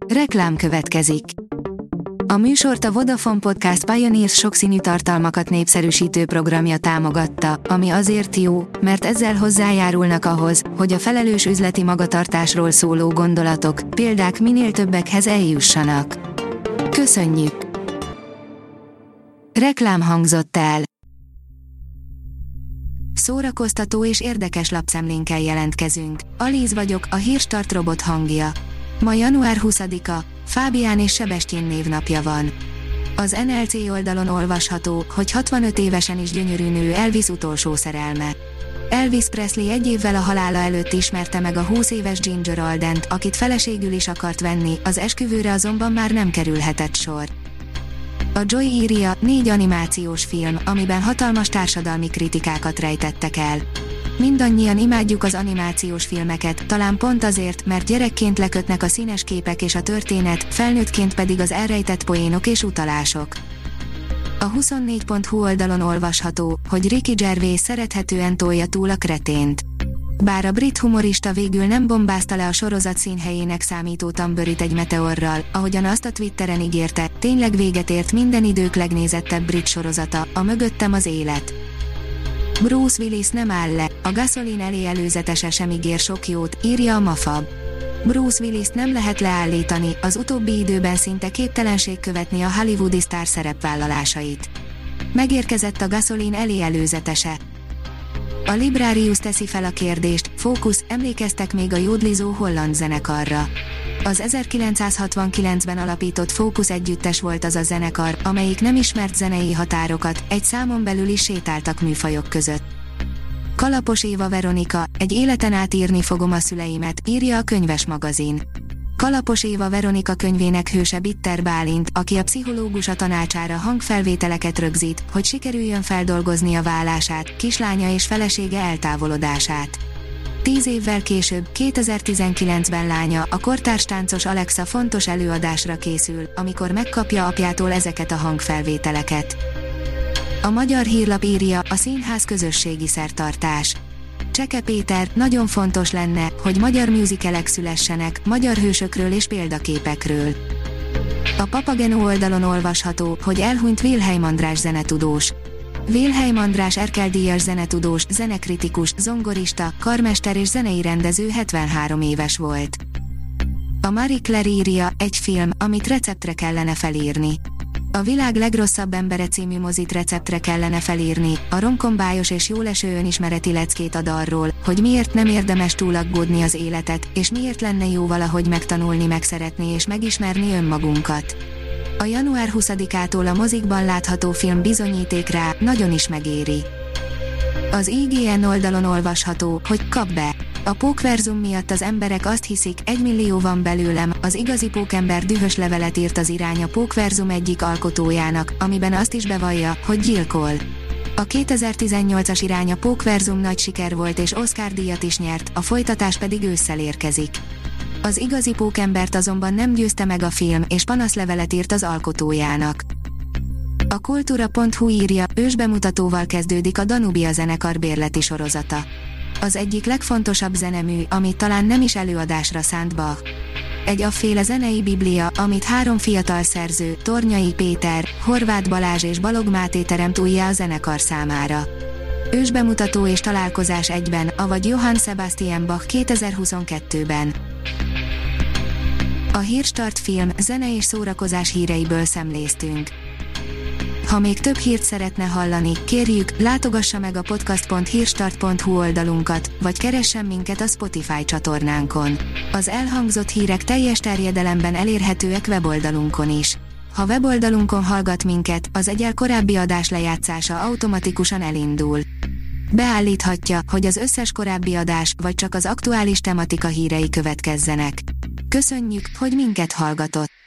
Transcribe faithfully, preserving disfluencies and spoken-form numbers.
Reklám következik. A műsort a Vodafone Podcast Pioneers sokszínű tartalmakat népszerűsítő programja támogatta, ami azért jó, mert ezzel hozzájárulnak ahhoz, hogy a felelős üzleti magatartásról szóló gondolatok, példák minél többekhez eljussanak. Köszönjük! Reklám hangzott el. Szórakoztató és érdekes lapszemlénkkel jelentkezünk. Alíz vagyok, a Hírstart robot hangja. Ma január huszadika, Fábián és Sebestyén névnapja van. Az en el cé oldalon olvasható, hogy hatvanöt évesen is gyönyörű nő Elvis utolsó szerelme. Elvis Presley egy évvel a halála előtt ismerte meg a húsz éves Ginger Aldent, akit feleségül is akart venni, az esküvőre azonban már nem kerülhetett sor. A Joy írja, négy animációs film, amiben hatalmas társadalmi kritikákat rejtettek el. Mindannyian imádjuk az animációs filmeket, talán pont azért, mert gyerekként lekötnek a színes képek és a történet, felnőttként pedig az elrejtett poénok és utalások. A huszonnégy pont hu oldalon olvasható, hogy Ricky Gervais szerethetően tolja túl a kretént. Bár a brit humorista végül nem bombázta le a sorozat színhelyének számító Tamborit egy meteorral, ahogyan azt a Twitteren ígérte, tényleg véget ért minden idők legnézettebb brit sorozata, a Mögöttem az élet. Bruce Willis nem áll le, a Gasoline elé előzetese sem ígér sok jót, írja a Mafab. Bruce Willist nem lehet leállítani, az utóbbi időben szinte képtelenség követni a hollywoodi sztár szerepvállalásait. Megérkezett a Gasoline elé előzetese. A Librarius teszi fel a kérdést, fókusz, emlékeztek még a jódlizó holland zenekarra. Az ezerkilencszázhatvankilencben alapított Fókusz együttes volt az a zenekar, amelyik nem ismert zenei határokat, egy számon belül is sétáltak műfajok között. Kalapos Éva Veronika, egy életen át írni fogom a szüleimet, írja a Könyves magazin. Kalapos Éva Veronika könyvének hőse Bitter Bálint, aki a pszichológus a tanácsára hangfelvételeket rögzít, hogy sikerüljön feldolgozni a válását, kislánya és felesége eltávolodását. Tíz évvel később, kétezer-tizenkilencben lánya, a kortárs táncos Alexa fontos előadásra készül, amikor megkapja apjától ezeket a hangfelvételeket. A Magyar Hírlap írja, a színház közösségi szertartás. Cseke Péter, nagyon fontos lenne, hogy magyar musicalek szülessenek, magyar hősökről és példaképekről. A Papageno oldalon olvasható, hogy elhunyt Wilhelm András zenetudós. Wilhelm András Erkel-díjas zenetudós, zenekritikus, zongorista, karmester és zenei rendező hetvenhárom éves volt. A Marie Claire írja, egy film, amit receptre kellene felírni. A világ legrosszabb embere című mozit receptre kellene felírni, a romkombályos és jóleső önismereti leckét ad arról, hogy miért nem érdemes túlaggódni az életet, és miért lenne jó valahogy megtanulni megszeretni és megismerni önmagunkat. A január huszadikától a mozikban látható film bizonyíték rá, nagyon is megéri. Az i gé en oldalon olvasható, hogy kap be. A pókverzum miatt az emberek azt hiszik, egy millió van belőlem, az igazi pókember dühös levelet írt az Irány a pókverzum egyik alkotójának, amiben azt is bevallja, hogy gyilkol. A kétezer-tizennyolcas Irány a pókverzum nagy siker volt és Oscar-díjat is nyert, a folytatás pedig ősszel érkezik. Az igazi pókembert azonban nem győzte meg a film, és panaszlevelet írt az alkotójának. A kultúra pont hu írja, ősbemutatóval kezdődik a Danubia zenekar bérleti sorozata. Az egyik legfontosabb zenemű, amit talán nem is előadásra szánt Bach. Egy afféle zenei biblia, amit három fiatal szerző, Tornyai Péter, Horváth Balázs és Balog Máté teremt újjá a zenekar számára. Ősbemutató és találkozás egyben, avagy Johann Sebastian Bach kétezer-huszonkettőben. A Hírstart film, zene és szórakozás híreiből szemléztünk. Ha még több hírt szeretne hallani, kérjük, látogassa meg a podcast pont hírstart pont hu oldalunkat, vagy keressen minket a Spotify csatornánkon. Az elhangzott hírek teljes terjedelemben elérhetőek weboldalunkon is. Ha weboldalunkon hallgat minket, az egyel korábbi adás lejátszása automatikusan elindul. Beállíthatja, hogy az összes korábbi adás, vagy csak az aktuális tematika hírei következzenek. Köszönjük, hogy minket hallgatott!